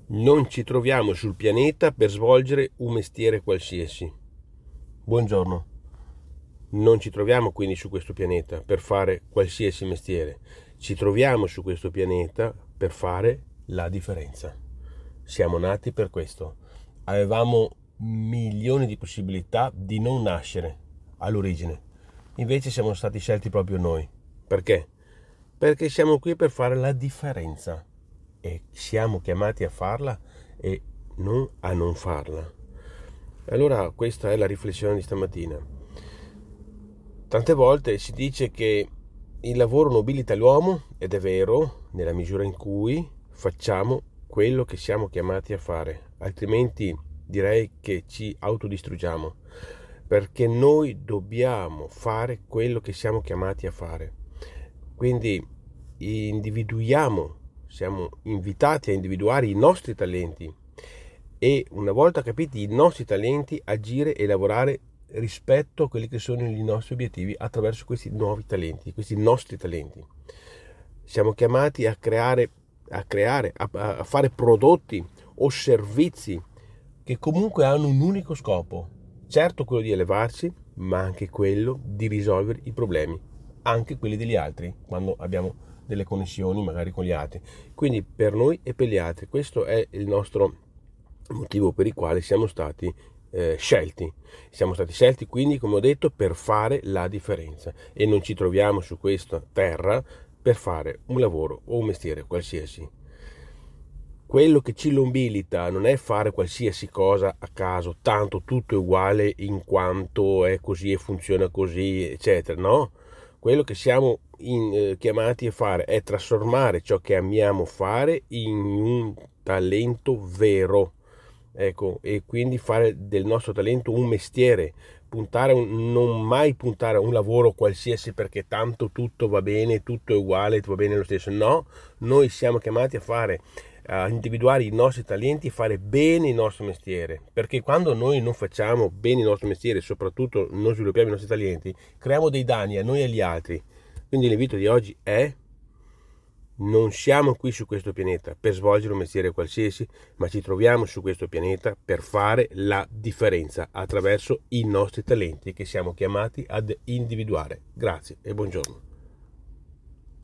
Non ci troviamo sul pianeta per svolgere un mestiere qualsiasi. Buongiorno. Non ci troviamo quindi su questo pianeta per fare qualsiasi mestiere. Ci troviamo su questo pianeta per fare la differenza. Siamo nati per questo. Avevamo milioni di possibilità di non nascere all'origine. Invece siamo stati scelti proprio noi. Perché? Perché siamo qui per fare la differenza. E siamo chiamati a farla e non a non farla. Allora questa è la riflessione di stamattina. Tante volte si dice che il lavoro nobilita l'uomo, ed è vero, nella misura in cui facciamo quello che siamo chiamati a fare, altrimenti direi che ci autodistruggiamo, perché noi dobbiamo fare quello che siamo chiamati a fare. Quindi siamo invitati a individuare i nostri talenti e una volta capiti i nostri talenti agire e lavorare rispetto a quelli che sono i nostri obiettivi attraverso questi nuovi talenti, questi nostri talenti. Siamo chiamati a fare prodotti o servizi che comunque hanno un unico scopo, certo quello di elevarsi, ma anche quello di risolvere i problemi, anche quelli degli altri, quando abbiamo delle connessioni magari con gli altri. Quindi per noi e per gli altri, questo è il nostro motivo per il quale siamo stati scelti. Siamo stati scelti quindi, come ho detto, per fare la differenza e non ci troviamo su questa terra per fare un lavoro o un mestiere qualsiasi. Quello che ci nobilita non è fare qualsiasi cosa a caso, tanto tutto è uguale in quanto è così e funziona così, eccetera, no? Quello che siamo chiamati a fare è trasformare ciò che amiamo fare in un talento vero. Ecco, e quindi fare del nostro talento un mestiere, non mai puntare a un lavoro qualsiasi perché tanto tutto va bene, tutto è uguale, va bene lo stesso. No, noi siamo chiamati a individuare i nostri talenti e fare bene il nostro mestiere, perché quando noi non facciamo bene il nostro mestiere, soprattutto non sviluppiamo i nostri talenti, creiamo dei danni a noi e agli altri. Quindi l'invito di oggi è: non siamo qui su questo pianeta per svolgere un mestiere qualsiasi, ma ci troviamo su questo pianeta per fare la differenza attraverso i nostri talenti che siamo chiamati ad individuare. Grazie e buongiorno.